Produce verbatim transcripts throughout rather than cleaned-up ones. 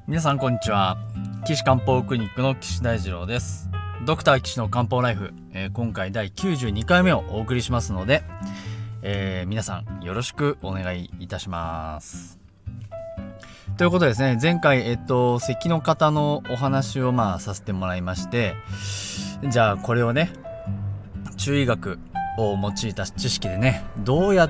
皆さんこんにちは。岸漢方クリニックの岸大二郎です。ドクター岸の漢方ライフ、えー、今回だいきゅうじゅうにかいめをお送りしますので、えー、皆さんよろしくお願いいたします。ということでですね、前回えっと咳の方のお話をまあさせてもらいまして、じゃあこれをね中医学を用いた知識でねどうやって、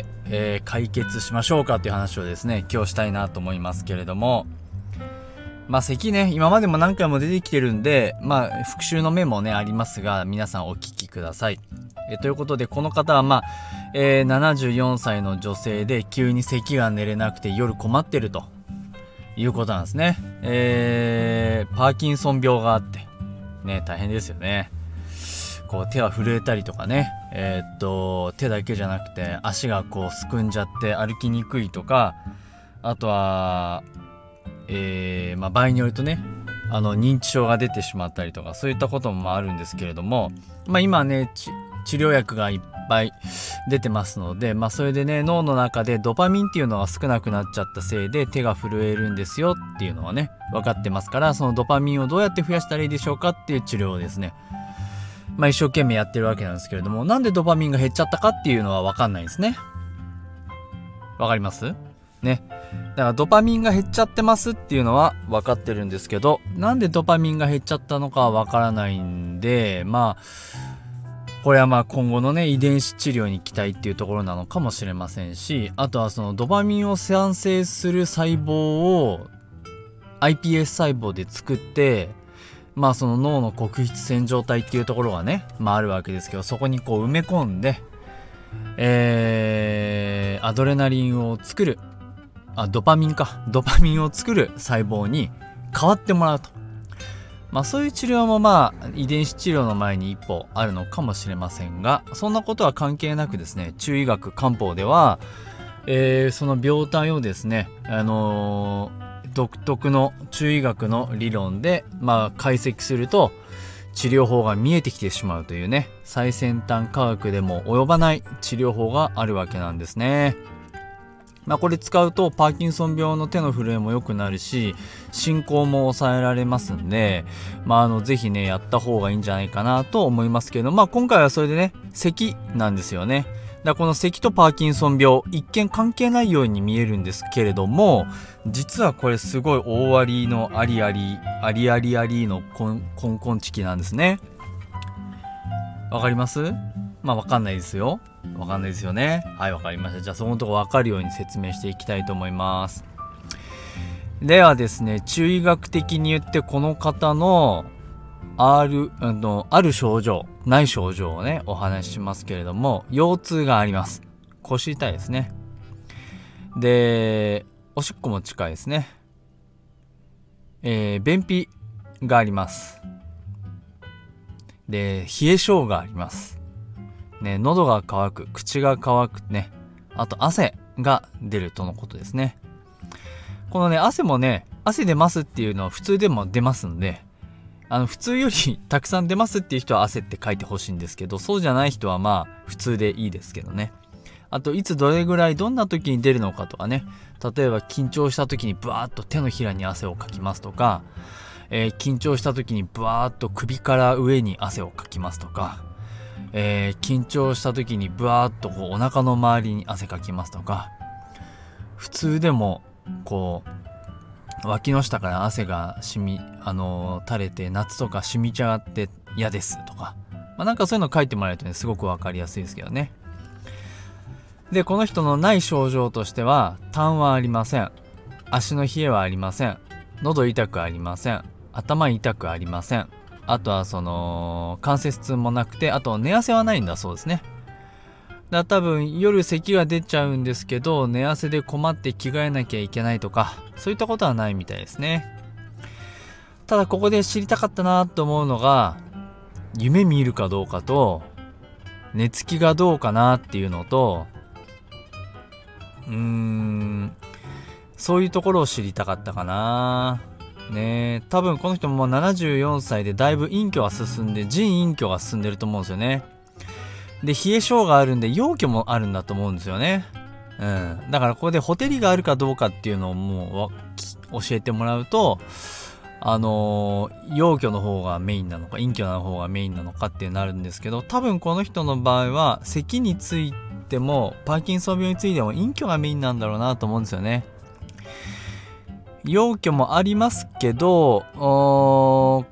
えー、解決しましょうかという話をですね今日したいなと思いますけれども、まあ咳ね今までも何回も出てきてるんで、まあ復習のメモねありますが皆さんお聞きください。えということでこの方はまあ、えー、ななじゅうよんさいの女性で急に咳が寝れなくて夜困ってるということなんですね。えー、パーキンソン病があってね大変ですよね。こう手が震えたりとかね、えー、っと手だけじゃなくて足がこうすくんじゃって歩きにくいとか、あとはえーまあ、場合によるとねあの認知症が出てしまったりとかそういったこともあるんですけれども、まあ、今ね治療薬がいっぱい出てますので、まあ、それでね脳の中でドパミンっていうのが少なくなっちゃったせいで手が震えるんですよっていうのはね分かってますから、そのドパミンをどうやって増やしたらいいでしょうかっていう治療をですね、まあ、一生懸命やってるわけなんですけれども、なんでドパミンが減っちゃったかっていうのは分かんないんですね。分かりますね。だからドパミンが減っちゃってますっていうのは分かってるんですけど、なんでドパミンが減っちゃったのかは分からないんで、まあこれはまあ今後のね遺伝子治療に期待っていうところなのかもしれませんし、あとはそのドパミンを産生する細胞を アイピーエス 細胞で作って、まあその脳の黒質線状体っていうところがねまああるわけですけど、そこにこう埋め込んでえー、アドレナリンを作るあドパミンかドパミンを作る細胞に変わってもらうと、まあそういう治療もまあ遺伝子治療の前に一歩あるのかもしれませんが、そんなことは関係なくですね中医学漢方では、えー、その病態をですねあのー、独特の中医学の理論でまあ解析すると治療法が見えてきてしまうというね最先端科学でも及ばない治療法があるわけなんですね。まあこれ使うとパーキンソン病の手の震えも良くなるし進行も抑えられますんで、まああのぜひねやった方がいいんじゃないかなと思いますけど、まあ今回はそれでね咳なんですよね。だからこの咳とパーキンソン病一見関係ないように見えるんですけれども、実はこれすごい大ありのありありありありありのコンコンコンチキなんですね。わかります？まあわかんないですよ。わかんないですよね。はい、わかりました。じゃあそのとこわかるように説明していきたいと思います。ではですね、中医学的に言ってこの方のある、あの、ある症状、ない症状をね、お話ししますけれども、腰痛があります。腰痛いですね。で、おしっこも近いですね。えー、便秘があります。で、冷え性があります。ね、喉が渇く、口が渇くね、あと汗が出るとのことですね。このね、汗もね、汗出ますっていうのは普通でも出ますんで、あの普通よりたくさん出ますっていう人は汗って書いてほしいんですけど、そうじゃない人はまあ普通でいいですけどね。あといつどれぐらいどんな時に出るのかとかね、例えば緊張した時にブワーッと手のひらに汗をかきますとか、えー、緊張した時にブワーッと首から上に汗をかきますとか、えー、緊張した時にブワーッとこうお腹の周りに汗かきますとか、普通でもこう脇の下から汗が染み、あのー、垂れて夏とか染みちゃって嫌ですとか、まあ、なんかそういうの書いてもらえるとねすごくわかりやすいですけどね。でこの人のない症状としては痰はありません、足の冷えはありません、喉痛くありません、頭痛くありません、あとはその関節痛もなくて、あと寝汗はないんだそうですね。だから多分夜咳が出ちゃうんですけど寝汗で困って着替えなきゃいけないとかそういったことはないみたいですね。ただここで知りたかったなと思うのが夢見るかどうかと寝つきがどうかなっていうのと、うーんそういうところを知りたかったかなね。多分この人ももうななじゅうよんさいでだいぶ隠居が進んで腎隠居が進んでると思うんですよね。で冷え性があるんで陽虚もあるんだと思うんですよね。うん、だからここでほてりがあるかどうかっていうのをもう教えてもらうと、あのー、陽虚の方がメインなのか陰虚な方がメインなのかってなるんですけど、多分この人の場合は咳についてもパーキンソン病についても陰虚がメインなんだろうなと思うんですよね。陽虚もありますけど、こ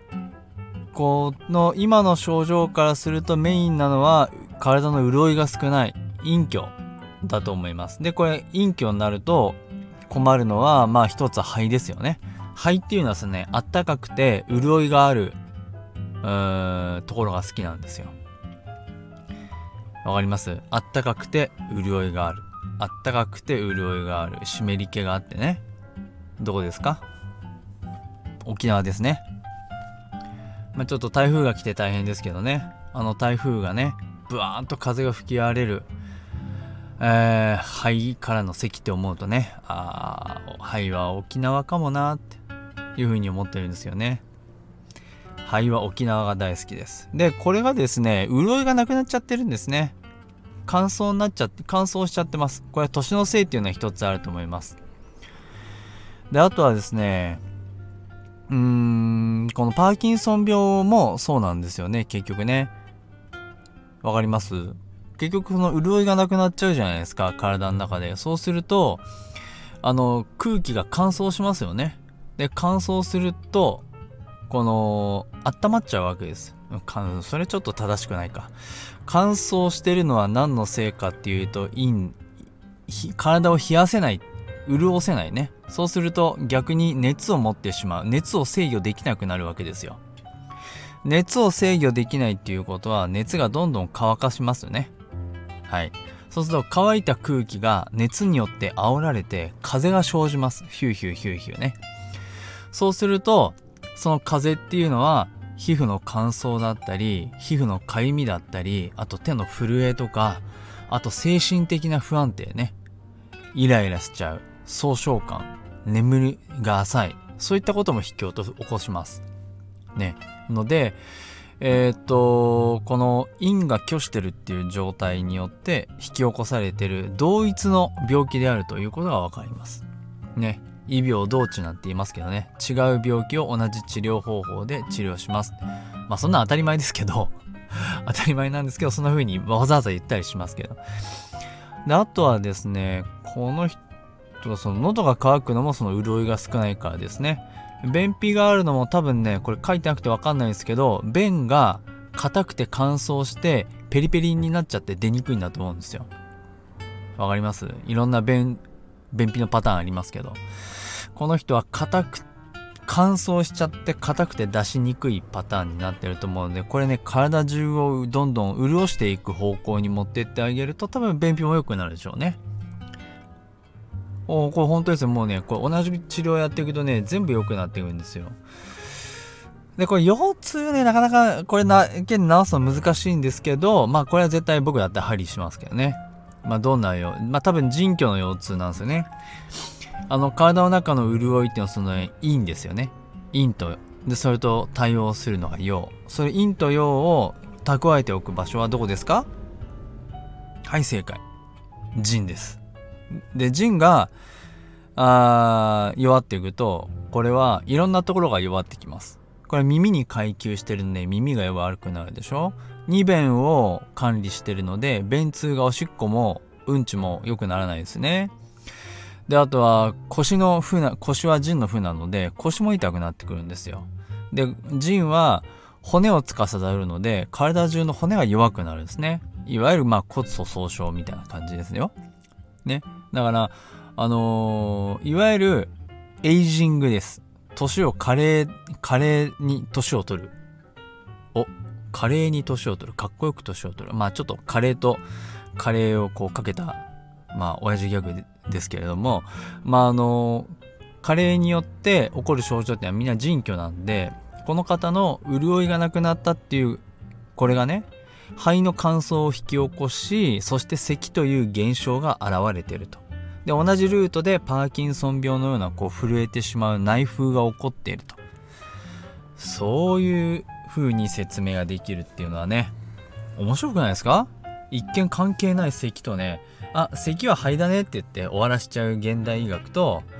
の今の症状からするとメインなのは体の潤いが少ない陰虚だと思います。でこれ陰虚になると困るのはまあ一つは肺ですよね。肺っていうのはですね、あったかくて潤いがあるうーんところが好きなんですよ。わかります？あったかくて潤いがある、あったかくて潤いがある、湿り気があってね。どこですか？沖縄ですね。まあ、ちょっと台風が来て大変ですけどね、あの台風がねブワーンと風が吹き荒れる、えー、肺からの咳って思うとね、あー肺は沖縄かもなっていう風に思ってるんですよね。肺は沖縄が大好きです。でこれがですね、潤いがなくなっちゃってるんですね。乾燥になっちゃって乾燥しちゃってます。これは年のせいっていうのは一つあると思います。であとはですね、うーんこのパーキンソン病もそうなんですよね。結局ね、わかります？結局その潤いがなくなっちゃうじゃないですか、体の中で。そうするとあの空気が乾燥しますよね。で乾燥するとこの温まっちゃうわけです。それちょっと正しくないか。乾燥してるのは何のせいかっていうと、陰体を冷やせない、潤せないね。そうすると逆に熱を持ってしまう、熱を制御できなくなるわけですよ。熱を制御できないっていうことは熱がどんどん乾かしますよね。はい。そうすると乾いた空気が熱によって煽られて風が生じます。ヒューヒューヒューヒューね。そうするとその風っていうのは皮膚の乾燥だったり、皮膚のかゆみだったり、あと手の震えとか、あと精神的な不安定ね、イライラしちゃう、喪失感、眠りが浅い、そういったことも引き起こしますね。のでえー、っとこの陰が虚してるっていう状態によって引き起こされてる同一の病気であるということが分かりますね。異病同治なんて言いますけどね、違う病気を同じ治療方法で治療します。まあそんな当たり前ですけど当たり前なんですけど、そんな風にわざわざ言ったりしますけど。であとはですね、この人はその喉が渇くのもその潤いが少ないからですね。便秘があるのも多分ね、これ書いてなくて分かんないんですけど、便が硬くて乾燥してペリペリになっちゃって出にくいんだと思うんですよ。わかります？いろんな便便秘のパターンありますけど、この人は硬く乾燥しちゃって硬くて出しにくいパターンになってると思うので、これね、体中をどんどん潤していく方向に持ってってあげると多分便秘も良くなるでしょうね。おこれ本当ですよ。もうね、これ同じ治療やっていくとね、全部良くなっていくんですよ。でこれ腰痛ね、なかなかこれな治すの難しいんですけど、まあこれは絶対僕だったら針しますけどね。まあどんなよまあ多分腎虚の腰痛なんですよね。あの体の中の潤いっていうのはその陰ですよね。陰とでそれと対応するのが陽。それ陰と陽を蓄えておく場所はどこですか？はい正解、腎です。で腎があ弱っていくと、これはいろんなところが弱ってきます。これ耳に階級してるんで耳が悪くなるでしょ。二便を管理してるので便通がおしっこもうんちも良くならないですね。であとは腰の負な腰は腎の負なので腰も痛くなってくるんですよ。で腎は骨を司るので体中の骨が弱くなるんですね。いわゆるまあ骨粗鬆症みたいな感じですよね。だからあのー、いわゆるエイジングです。年を加齢加齢に年を取る。お加齢に年を取る、かっこよく年を取る。まあちょっと加齢と加齢をこうかけたまあ親父ギャグですけれども、まああの加齢によって起こる症状ってのはみんな腎虚なんで、この方の潤いがなくなったっていうこれがね、肺の乾燥を引き起こし、そして咳という現象が現れていると。で同じルートでパーキンソン病のようなこう震えてしまう内風が起こっていると、そういう風に説明ができるっていうのはね、面白くないですか？一見関係ない咳とね、あ咳は肺だねって言って終わらしちゃう現代医学と、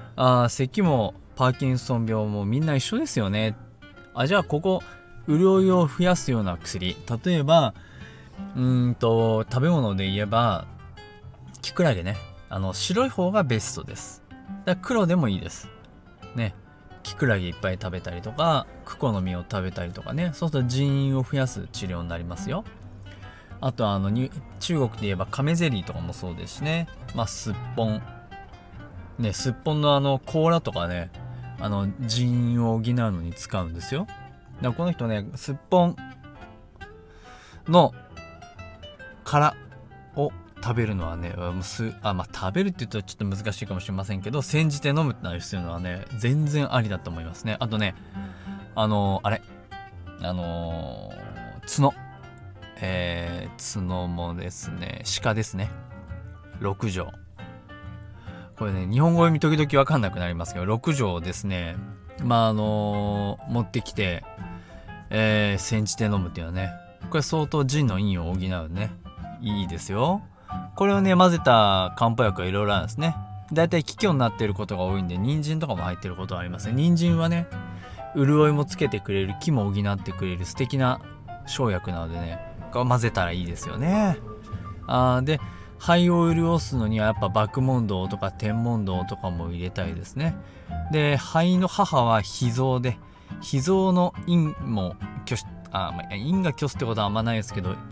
あー咳もパーキンソン病もみんな一緒ですよね。あ、じゃあここ潤いを増やすような薬、例えばうーんと食べ物で言えばキクラゲね、あの白い方がベストです。だから黒でもいいですね。キクラゲいっぱい食べたりとか、クコの実を食べたりとかね、そうすると人員を増やす治療になりますよ。あとはあのに中国で言えばカメゼリーとかもそうですしね、まあすっぽんね、すっぽんのあの甲羅とかね、あの人員を補うのに使うんですよ。だからこの人ね、すっぽんの殻を食べるのはね、すあまあ食べるって言うとちょっと難しいかもしれませんけど、煎じて飲むってなりするのはね、全然ありだと思いますね。あとね、あのー、あれあのー、角えー、角もですね、鹿ですね、六条、これね日本語読み時々わかんなくなりますけど、六条ですね、まああのー、持ってきて、えー、煎じて飲むっていうのはね、これ相当腎の陰を補うね、いいですよ。これをね混ぜた漢方薬がいろいろあるんですね。だいたい気虚になっていることが多いんで、人参とかも入ってることはありますね。人参はね、潤いもつけてくれる、気も補ってくれる素敵な生薬なのでね、混ぜたらいいですよね。あーで肺を潤すのにはやっぱ麦門冬とか天門冬とかも入れたいですね。で肺の母は脾臓で、脾臓の陰も虚しあ、まあ、陰が虚すってことはあんまないですけど、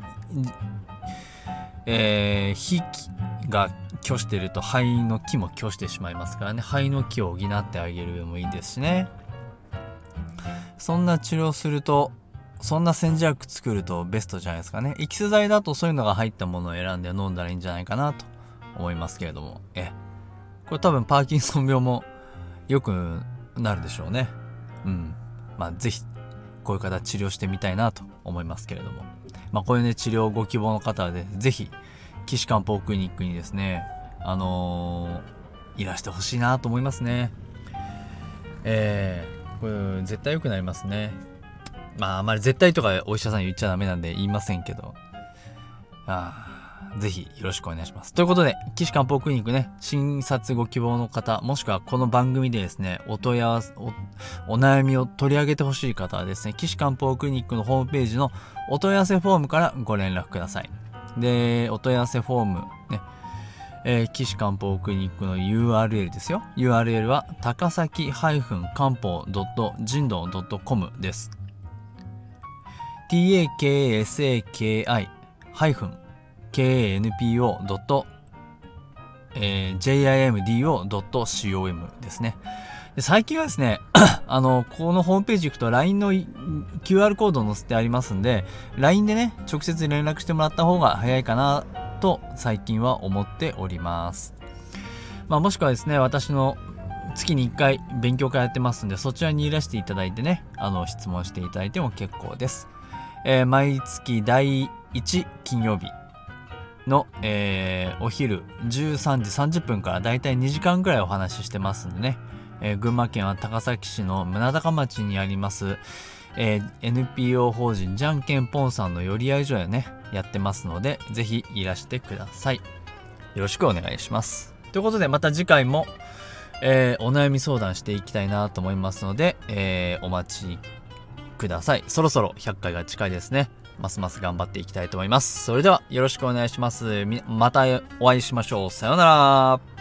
えー、脾が虚してると肺の気も虚してしまいますからね、肺の気を補ってあげるのもいいですしね。そんな治療すると、そんな煎じ薬作るとベストじゃないですかね。エキス剤だとそういうのが入ったものを選んで飲んだらいいんじゃないかなと思いますけれども、えこれ多分パーキンソン病も良くなるでしょうね。うんまあぜひこういう方治療してみたいなと思いますけれども、まあこういうね治療ご希望の方はで、ね、ぜひ岸漢方クリニックにですね、あのー、いらしてほしいなと思いますね。えー、これ絶対良くなりますね。まああまり絶対とかお医者さん言っちゃダメなんで言いませんけど、あぜひよろしくお願いします。ということで、岸漢方クリニックね、診察ご希望の方、もしくはこの番組でですね、お問い合わせ お, お悩みを取り上げてほしい方はですね、岸漢方クリニックのホームページのお問い合わせフォームからご連絡ください。でお問い合わせフォームね、えー、岸漢方クリニックの ユーアールエル ですよ。 ユーアールエル は高崎漢方人道 .com です。 タカサキ ハイフン ケーエヌピーオー ドット ジェイアイエムディーオー ドット コム ですね。で最近はですねあのこのホームページ行くと ライン の キューアール コード載せてありますんで、 ライン でね直接連絡してもらった方が早いかなと最近は思っております。まあ、もしくはですね、私の月にいっかい勉強会やってますんで、そちらにいらしていただいてね、あの質問していただいても結構です。えー、毎月だいいち金曜日の、えー、お昼じゅうさんじさんじゅっぷんからだいたいにじかんくらいお話ししてますんでね、えー、群馬県は高崎市の宗高町にあります、えー、エヌピーオー 法人じゃんけんぽんさんの寄り合い所でねやってますので、ぜひいらしてください。よろしくお願いします。ということで、また次回も、えー、お悩み相談していきたいなと思いますので、えー、お待ちください。そろそろひゃっかいが近いですね。ますます頑張っていきたいと思います。それではよろしくお願いします。またお会いしましょう。さようなら。